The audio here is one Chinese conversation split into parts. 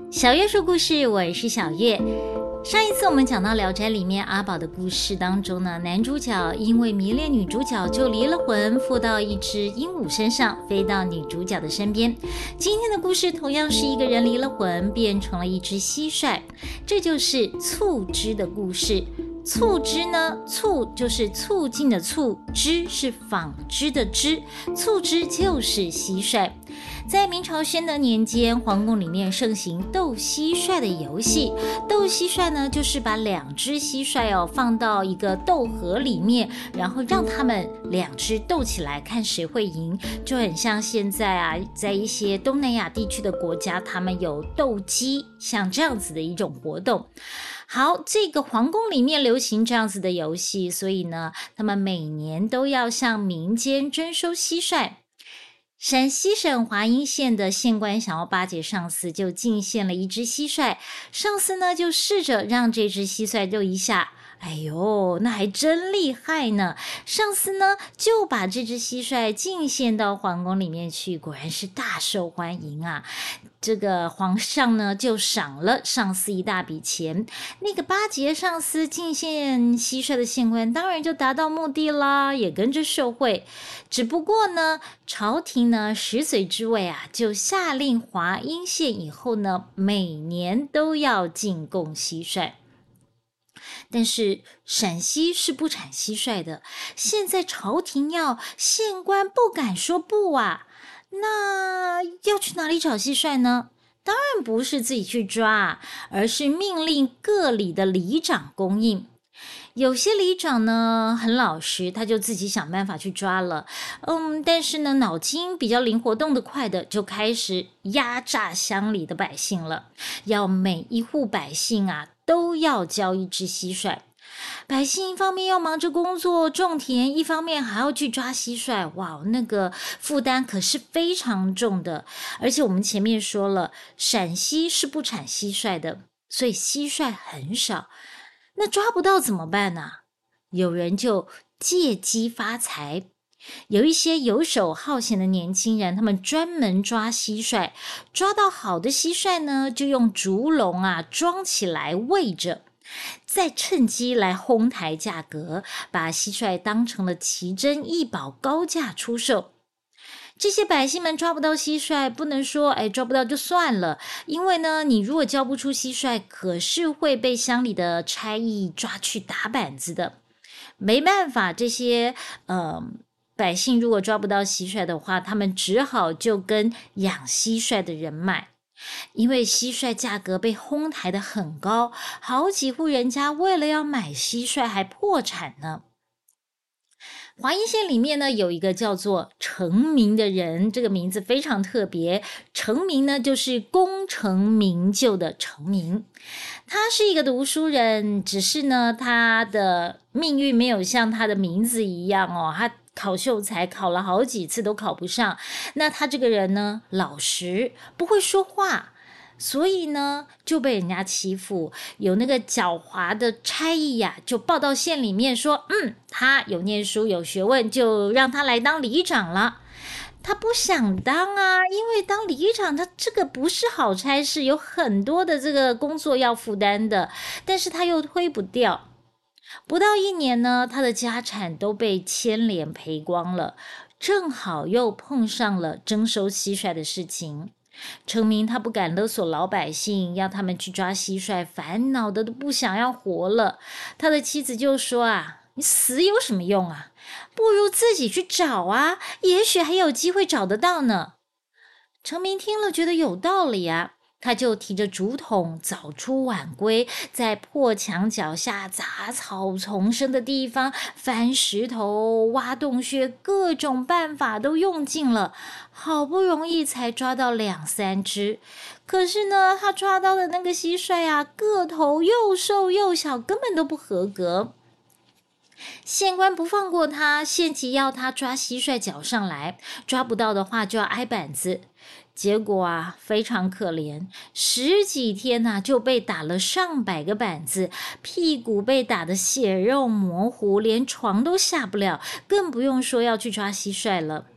小月说故事，我是小月。上一次我们讲到《聊斋》里面阿宝的故事当中呢，男主角因为迷恋女主角就离了魂，附到一只鹦鹉身上，飞到女主角的身边。今天的故事同样是一个人离了魂，变成了一只蟋蟀，这就是促织的故事。促织呢，促就是促进的促，织是纺织的织，促织就是蟋蟀。在明朝宣德年间，皇宫里面盛行斗蟋蟀的游戏。斗蟋蟀呢，就是把两只蟋蟀放到一个斗盒里面，然后让他们两只斗起来，看谁会赢。就很像现在在一些东南亚地区的国家，他们有斗鸡，像这样子的一种活动。好，这个皇宫里面流行这样子的游戏，所以呢，他们每年都要向民间征收蟋蟀。陕西省华阴县的县官想要巴结上司，就进献了一只蟋蟀。上司呢就试着让这只蟋蟀斗一下，哎呦，那还真厉害呢！上司呢就把这只蟋蟀进献到皇宫里面去，果然是大受欢迎啊！这个皇上呢就赏了上司一大笔钱，那个巴结上司进献蟋蟀的县官当然就达到目的啦，也跟着受贿。只不过呢，朝廷呢食髓知味就下令华阴县以后呢，每年都要进贡蟋蟀。但是陕西是不产蟋蟀的，现在朝廷要，县官不敢说不啊。那要去哪里找蟋蟀呢？当然不是自己去抓，而是命令各里的里长供应。有些里长呢很老实，他就自己想办法去抓了。但是呢脑筋比较灵活动得快的，就开始压榨乡里的百姓了，要每一户百姓都要交一只蟋蟀。百姓一方面要忙着工作种田，一方面还要去抓蟋蟀，哇，那个负担可是非常重的。而且我们前面说了，陕西是不产蟋蟀的，所以蟋蟀很少。那抓不到怎么办呢？有人就借机发财。有一些游手好闲的年轻人，他们专门抓蟋蟀，抓到好的蟋蟀呢，就用竹笼装起来喂着，再趁机来哄抬价格，把蟋蟀当成了奇珍异宝，高价出售。这些百姓们抓不到蟋蟀，不能说抓不到就算了，因为呢，你如果交不出蟋蟀，可是会被乡里的差役抓去打板子的。没办法，这些百姓如果抓不到蟋蟀的话，他们只好就跟养蟋蟀的人买。因为蟋蟀价格被哄抬得很高，好几户人家为了要买蟋蟀还破产呢。华阴县里面呢有一个叫做程明的人，这个名字非常特别。程明呢就是功成名就的程明，他是一个读书人，只是呢他的命运没有像他的名字一样他考秀才考了好几次都考不上。那他这个人呢老实，不会说话，所以呢就被人家欺负。有那个狡猾的差役就报到县里面说他有念书有学问，就让他来当里长了。他不想当因为当里长他这个不是好差事，有很多的这个工作要负担的，但是他又推不掉。不到1年呢，他的家产都被牵连赔光了，正好又碰上了征收蟋蟀的事情。程明他不敢勒索老百姓，要他们去抓蟋蟀，烦恼的都不想要活了。他的妻子就说你死有什么用不如自己去找也许还有机会找得到呢。程明听了觉得有道理他就提着竹筒早出晚归，在破墙脚下杂草丛生的地方翻石头挖洞穴，各种办法都用尽了，好不容易才抓到2-3只。可是呢，他抓到的那个蟋蟀个头又瘦又小，根本都不合格。县官不放过他，限期要他抓蟋蟀缴上来，抓不到的话就要挨板子。结果非常可怜，10几天就被打了上百个板子，屁股被打得血肉模糊，连床都下不了，更不用说要去抓蟋蟀了。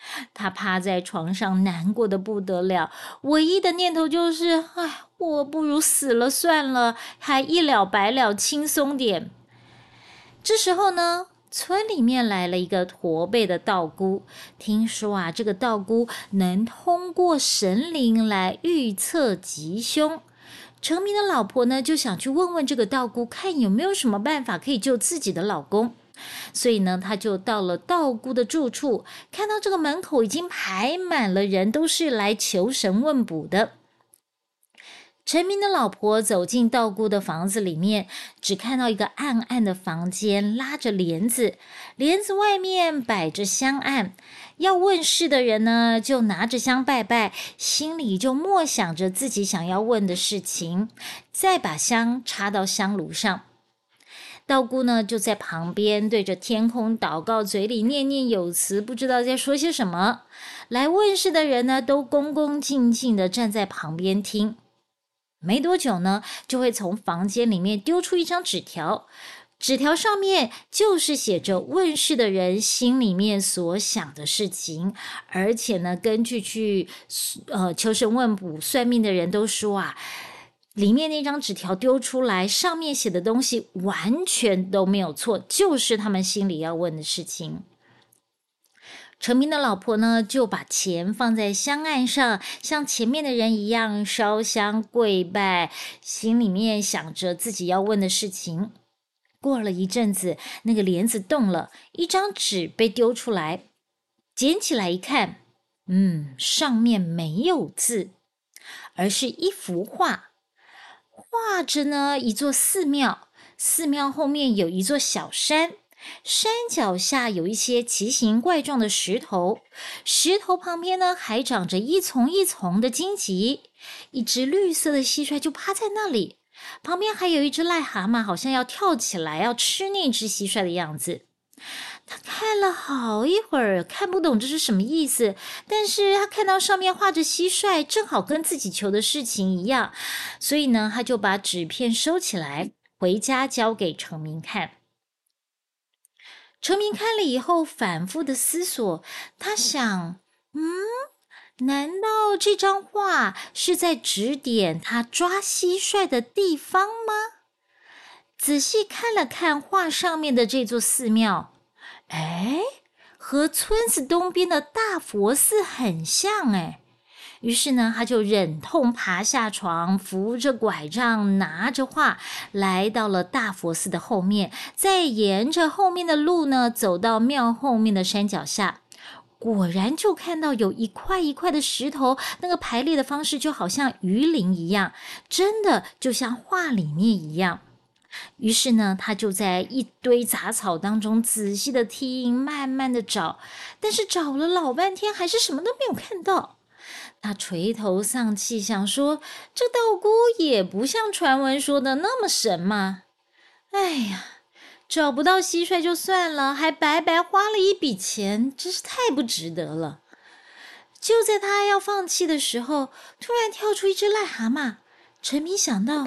他趴在床上，难过的不得了，唯一的念头就是，我不如死了算了，还一了百了，轻松点。这时候呢，村里面来了一个驼背的道姑，听说这个道姑能通过神灵来预测吉凶。程明的老婆呢，就想去问问这个道姑，看有没有什么办法可以救自己的老公。所以呢，他就到了道姑的住处，看到这个门口已经排满了人，都是来求神问卜的。陈明的老婆走进道姑的房子里面，只看到一个暗暗的房间，拉着帘子，帘子外面摆着香案。要问事的人呢，就拿着香拜拜，心里就默想着自己想要问的事情，再把香插到香炉上。道姑呢，就在旁边对着天空祷告，嘴里念念有词，不知道在说些什么。来问事的人呢，都恭恭敬敬地站在旁边听。没多久呢，就会从房间里面丢出一张纸条，纸条上面就是写着问事的人心里面所想的事情，而且呢，根据去求神问卜算命的人都说里面那张纸条丢出来，上面写的东西完全都没有错，就是他们心里要问的事情。程明的老婆呢，就把钱放在香案上，像前面的人一样烧香跪拜，心里面想着自己要问的事情。过了一阵子，那个帘子动了，一张纸被丢出来，捡起来一看，上面没有字，而是一幅画，画着呢一座寺庙，寺庙后面有一座小山，山脚下有一些奇形怪状的石头，石头旁边呢还长着一丛一丛的荆棘，一只绿色的蟋蟀就趴在那里，旁边还有一只癞蛤蟆，好像要跳起来要吃那只蟋蟀的样子。他看了好一会儿，看不懂这是什么意思，但是他看到上面画着蟋蟀，正好跟自己求的事情一样，所以呢，他就把纸片收起来，回家交给程明看。程明看了以后，反复的思索，他想，难道这张画是在指点他抓蟋蟀的地方吗？仔细看了看画上面的这座寺庙，和村子东边的大佛寺很像于是呢，他就忍痛爬下床，扶着拐杖，拿着画，来到了大佛寺的后面，再沿着后面的路呢，走到庙后面的山脚下。果然就看到有一块一块的石头，那个排列的方式就好像鱼鳞一样，真的就像画里面一样。于是呢，他就在一堆杂草当中仔细的听，慢慢的找，但是找了老半天，还是什么都没有看到。他垂头丧气，想说这道姑也不像传闻说的那么神嘛。找不到蟋蟀就算了，还白白花了一笔钱，真是太不值得了。就在他要放弃的时候，突然跳出一只癞蛤蟆。陈明想到，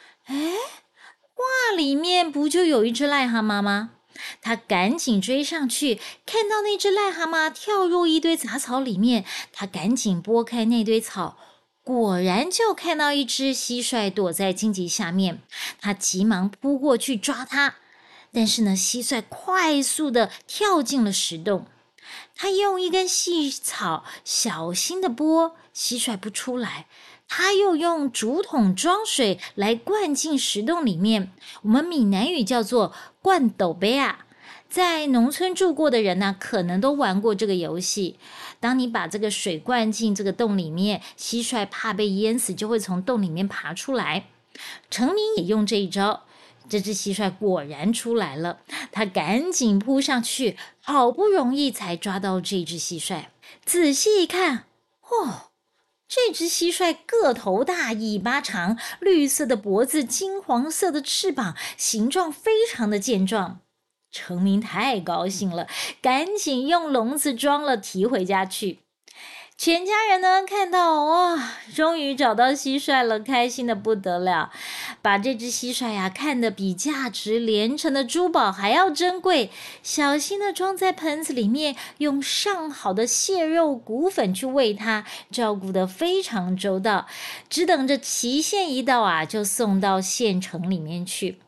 画里面不就有一只癞蛤蟆吗？他赶紧追上去，看到那只癞蛤蟆跳入一堆杂草里面，他赶紧拨开那堆草，果然就看到一只蟋蟀躲在荆棘下面，他急忙扑过去抓它，但是呢，蟋蟀快速的跳进了石洞，他用一根细草小心的拨，蟋蟀不出来，他又用竹筒装水来灌进石洞里面，我们闽南语叫做灌斗杯在农村住过的人呢，可能都玩过这个游戏。当你把这个水灌进这个洞里面，蟋蟀怕被淹死，就会从洞里面爬出来。程明也用这一招，这只蟋蟀果然出来了，他赶紧扑上去，好不容易才抓到这只蟋蟀。仔细一看，这只蟋蟀个头大，尾巴长，绿色的脖子，金黄色的翅膀，形状非常的健壮。程明太高兴了，赶紧用笼子装了，提回家去。 全家人呢看到哇，终于找到蟋蟀了，开心的不得了，把这只蟋蟀呀看得比价值连城的珠宝还要珍贵，小心的装在盆子里面，用上好的蟹肉骨粉去喂它，照顾得非常周到，只等着期限一到啊，就送到县城里面去。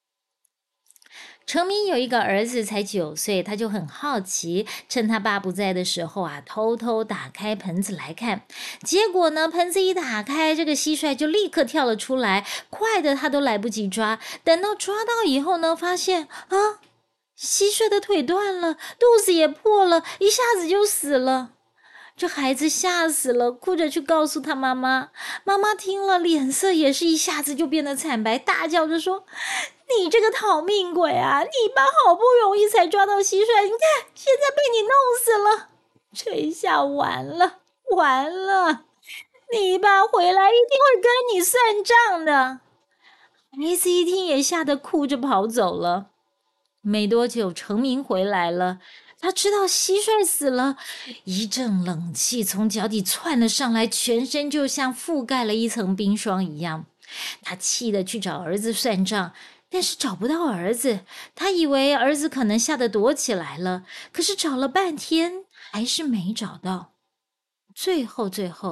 程明有一个儿子才9岁，他就很好奇，趁他爸不在的时候啊，偷偷打开盆子来看。结果呢，盆子一打开，这个蟋蟀就立刻跳了出来，快的他都来不及抓。等到抓到以后呢，发现啊，蟋蟀的腿断了，肚子也破了，一下子就死了。这孩子吓死了，哭着去告诉他妈妈。妈妈听了，脸色也是一下子就变得惨白，大叫着说：你这个讨命鬼啊！你爸好不容易才抓到蟋蟀，你看现在被你弄死了，这一下完了，完了！你爸回来一定会跟你算账的。孩子一听也吓得哭着跑走了。没多久，程明回来了。他知道蟋蟀死了，一阵冷气从脚底窜了上来，全身就像覆盖了一层冰霜一样。他气得去找儿子算账，但是找不到儿子。他以为儿子可能吓得躲起来了，可是找了半天还是没找到。最后，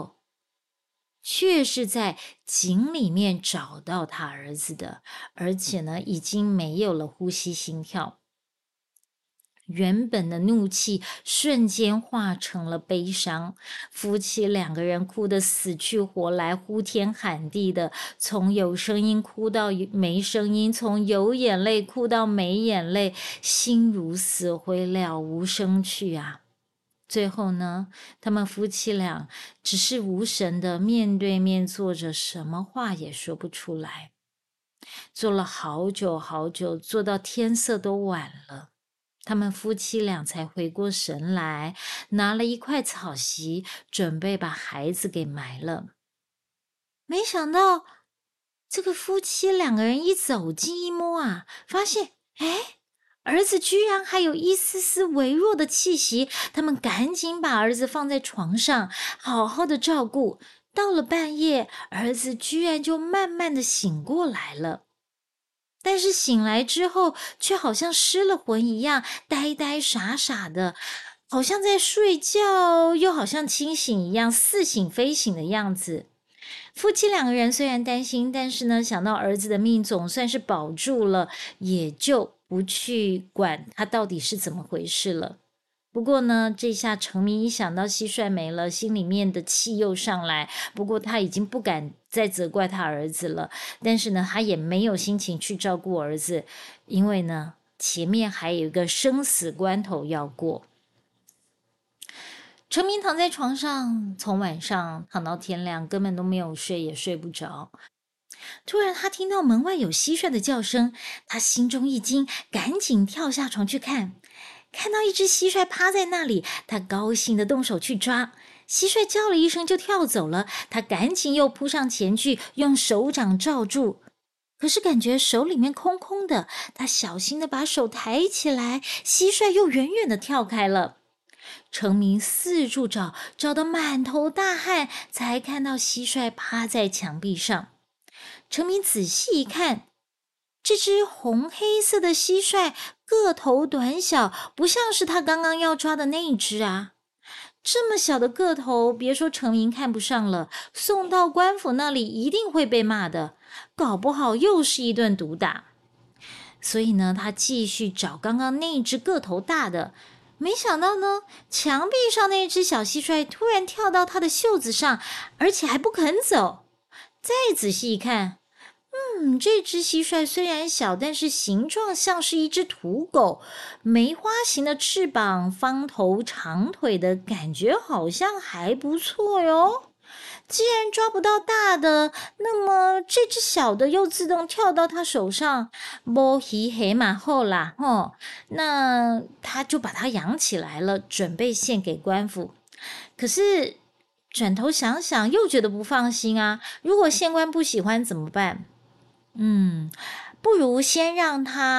却是在井里面找到他儿子的，而且呢，已经没有了呼吸心跳。原本的怒气瞬间化成了悲伤，夫妻2个人哭得死去活来，呼天喊地的，从有声音哭到没声音，从有眼泪哭到没眼泪，心如死灰，了无生趣啊！最后呢，他们夫妻俩只是无神的面对面坐着，什么话也说不出来。坐了好久好久，坐到天色都晚了。他们夫妻俩才回过神来，拿了一块草席，准备把孩子给埋了。没想到，这个夫妻2个人一走近一摸啊，发现，儿子居然还有一丝丝微弱的气息。他们赶紧把儿子放在床上，好好的照顾。到了半夜，儿子居然就慢慢的醒过来了。但是醒来之后，却好像失了魂一样，呆呆傻傻的，好像在睡觉，又好像清醒一样，似醒非醒的样子。夫妻2个人虽然担心，但是呢，想到儿子的命总算是保住了，也就不去管他到底是怎么回事了。不过呢，这下程明一想到蟋蟀没了，心里面的气又上来。不过他已经不敢再责怪他儿子了，但是呢，他也没有心情去照顾儿子，因为呢，前面还有一个生死关头要过。程明躺在床上，从晚上躺到天亮，根本都没有睡，也睡不着。突然他听到门外有蟋蟀的叫声，他心中一惊，赶紧跳下床去看。看到一只蟋蟀趴在那里，他高兴地动手去抓。蟋蟀叫了一声就跳走了，他赶紧又扑上前去，用手掌罩住。可是感觉手里面空空的，他小心地把手抬起来，蟋蟀又远远地跳开了。程明四处找，找得满头大汗，才看到蟋蟀趴在墙壁上。程明仔细一看，这只红黑色的蟋蟀个头短小，不像是他刚刚要抓的那一只啊。这么小的个头，别说程明看不上了，送到官府那里一定会被骂的，搞不好又是一顿毒打。所以呢，他继续找刚刚那一只个头大的，没想到呢，墙壁上那只小蟋蟀突然跳到他的袖子上，而且还不肯走。再仔细一看，这只蟋蟀虽然小，但是形状像是一只土狗，梅花形的翅膀，方头长腿的感觉好像还不错哟。既然抓不到大的，那么这只小的又自动跳到他手上，摸黑黑马后啦，那他就把它养起来了，准备献给官府。可是转头想想，又觉得不放心啊，如果县官不喜欢怎么办？不如先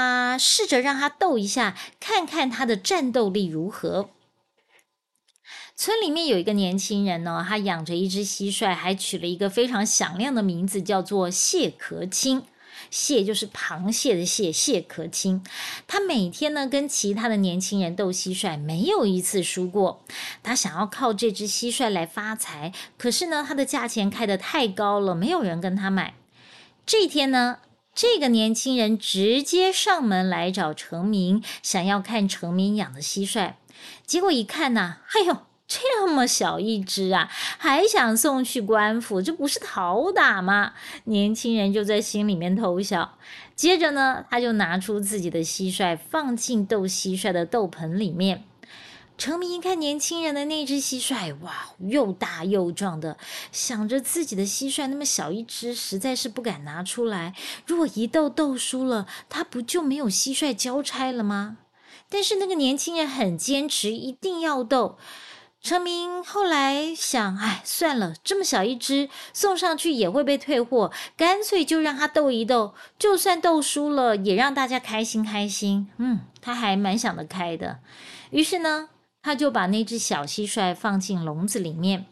试着让他斗一下，看看他的战斗力如何。 村里面有一个年轻人呢，他养着一只蟋蟀，还取了一个非常响亮的名字，叫做蟹壳青。蟹就是螃蟹的蟹，蟹壳青。他每天呢跟其他的年轻人斗蟋蟀，没有一次输过。他想要靠这只蟋蟀来发财，可是呢，他的价钱开得太高了，没有人跟他买。这天呢，这个年轻人直接上门来找程明，想要看程明养的蟋蟀。结果一看呢，哎呦，这么小一只啊，还想送去官府，这不是讨打吗？年轻人就在心里面偷笑。接着呢，他就拿出自己的蟋蟀，放进斗蟋蟀的斗盆里面。程明一看年轻人的那只蟋蟀，哇，又大又壮的，想着自己的蟋蟀那么小一只，实在是不敢拿出来。如果一斗输了，他不就没有蟋蟀交差了吗？但是那个年轻人很坚持，一定要斗。程明后来想，算了，这么小一只，送上去也会被退货，干脆就让他斗一斗，就算斗输了，也让大家开心开心。他还蛮想得开的。于是呢，他就把那只小蟋蟀放进笼子里面。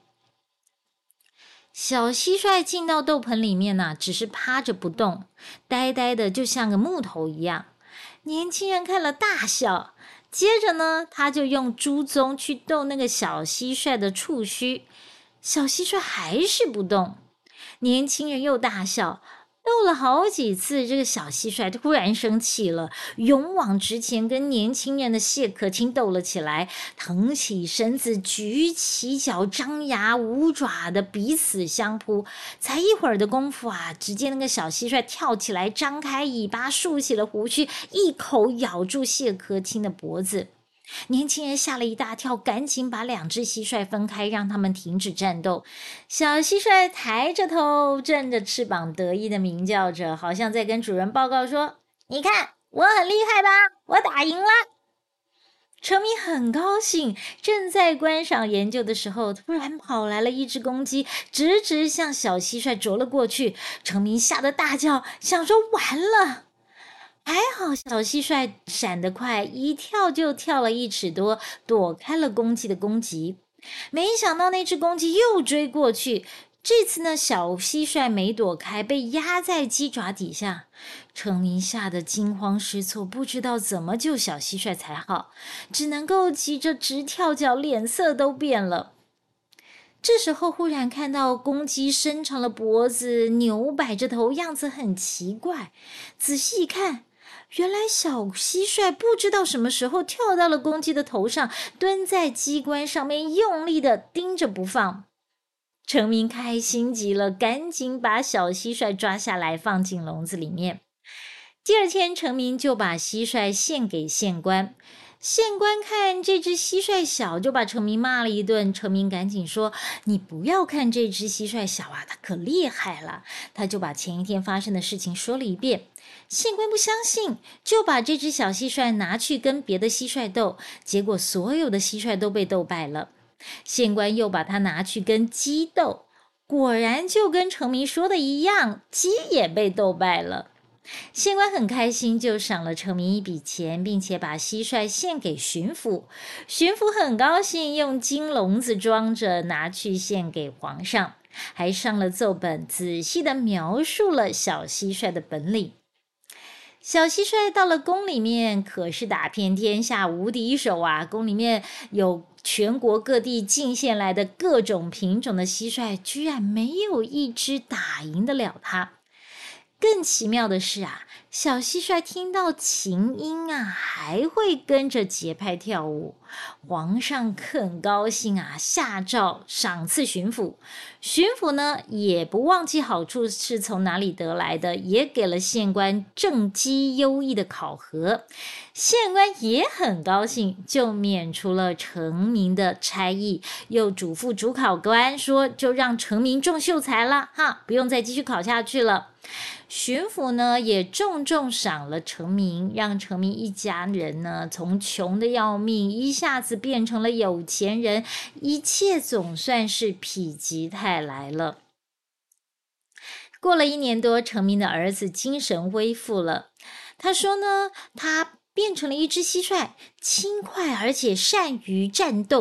小蟋蟀进到斗盆里面呢，只是趴着不动，呆呆的就像个木头一样。年轻人看了大笑，接着呢，他就用猪鬃去逗那个小蟋蟀的触须，小蟋蟀还是不动。年轻人又大笑，斗了好几次，这个小蟋蟀突然生气了，勇往直前，跟年轻人的蟹壳青斗了起来，腾起身子，举起脚，张牙舞爪的彼此相扑。才一会儿的功夫啊，只见那个小蟋蟀跳起来，张开尾巴，竖起了胡须，一口咬住蟹壳青的脖子。年轻人吓了一大跳，赶紧把两只蟋蟀分开，让他们停止战斗。小蟋蟀抬着头，振着翅膀，得意的鸣叫着，好像在跟主人报告说：“你看，我很厉害吧？我打赢了。”程明很高兴，正在观赏研究的时候，突然跑来了一只公鸡，直直向小蟋蟀啄了过去。程明吓得大叫，想说完了。还好小蟋蟀闪得快，一跳就跳了1尺多，躲开了公鸡的攻击。没想到那只公鸡又追过去，这次呢，小蟋蟀没躲开，被压在鸡爪底下。程明吓得惊慌失措，不知道怎么救小蟋蟀才好，只能够急着直跳脚，脸色都变了。这时候忽然看到公鸡伸长了脖子，扭摆着头，样子很奇怪。仔细一看，原来小蟋蟀不知道什么时候跳到了公鸡的头上，蹲在鸡冠上面，用力的盯着不放。程明开心极了，赶紧把小蟋蟀抓下来，放进笼子里面。第二天，程明就把蟋蟀献给县官。县官看这只蟋蟀小，就把程明骂了一顿。程明赶紧说：“你不要看这只蟋蟀小啊，它可厉害了。”他就把前一天发生的事情说了一遍。县官不相信，就把这只小蟋蟀拿去跟别的蟋蟀斗，结果所有的蟋蟀都被斗败了。县官又把它拿去跟鸡斗，果然就跟程明说的一样，鸡也被斗败了。县官很开心，就赏了程明一笔钱，并且把蟋蟀献给巡抚。巡抚很高兴，用金笼子装着，拿去献给皇上，还上了奏本，仔细的描述了小蟋蟀的本领。小蟋蟀到了宫里面，可是打遍天下无敌手啊！宫里面有全国各地进献来的各种品种的蟋蟀，居然没有一只打赢得了它。更奇妙的是啊，小蟋蟀听到琴音啊，还会跟着节拍跳舞。皇上很高兴啊，下诏赏赐巡抚。巡抚呢，也不忘记好处是从哪里得来的，也给了县官政绩优异的考核。县官也很高兴，就免除了程明的差役，又嘱咐主考官说，就让程明中秀才了哈，不用再继续考下去了。巡抚呢也重重赏了程明，让程明一家人呢从穷的要命一下子变成了有钱人，一切总算是否极泰来了。过了1年多，程明的儿子精神恢复了。他说呢，他变成了一只蟋蟀，轻快而且善于战斗，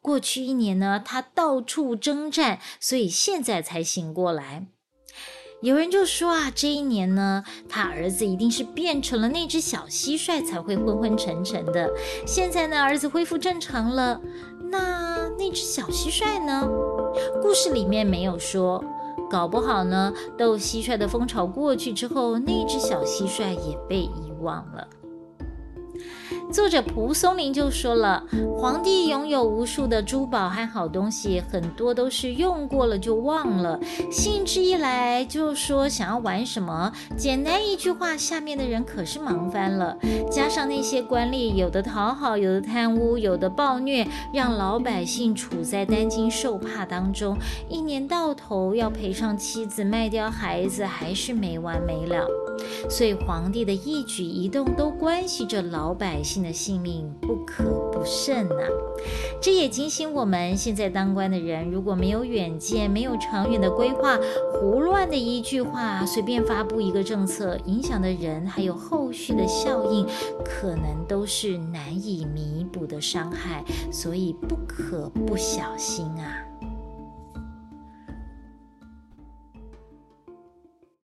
过去1年呢，他到处征战，所以现在才醒过来。有人就说啊，这1年呢，他儿子一定是变成了那只小蟋蟀才会昏昏沉沉的。现在呢，儿子恢复正常了，那只小蟋蟀呢？故事里面没有说，搞不好呢，斗蟋蟀的风潮过去之后，那只小蟋蟀也被遗忘了。作者蒲松龄就说了，皇帝拥有无数的珠宝和好东西，很多都是用过了就忘了，兴致一来就说想要玩什么，简单一句话，下面的人可是忙翻了。加上那些官吏，有的讨好，有的贪污，有的暴虐，让老百姓处在担惊受怕当中，1年到头要赔上妻子，卖掉孩子，还是没完没了。所以皇帝的一举一动都关系着老百姓的性命，不可不慎啊。这也警醒我们现在当官的人，如果没有远见，没有长远的规划，胡乱的一句话，随便发布一个政策，影响的人还有后续的效应，可能都是难以弥补的伤害，所以不可不小心啊。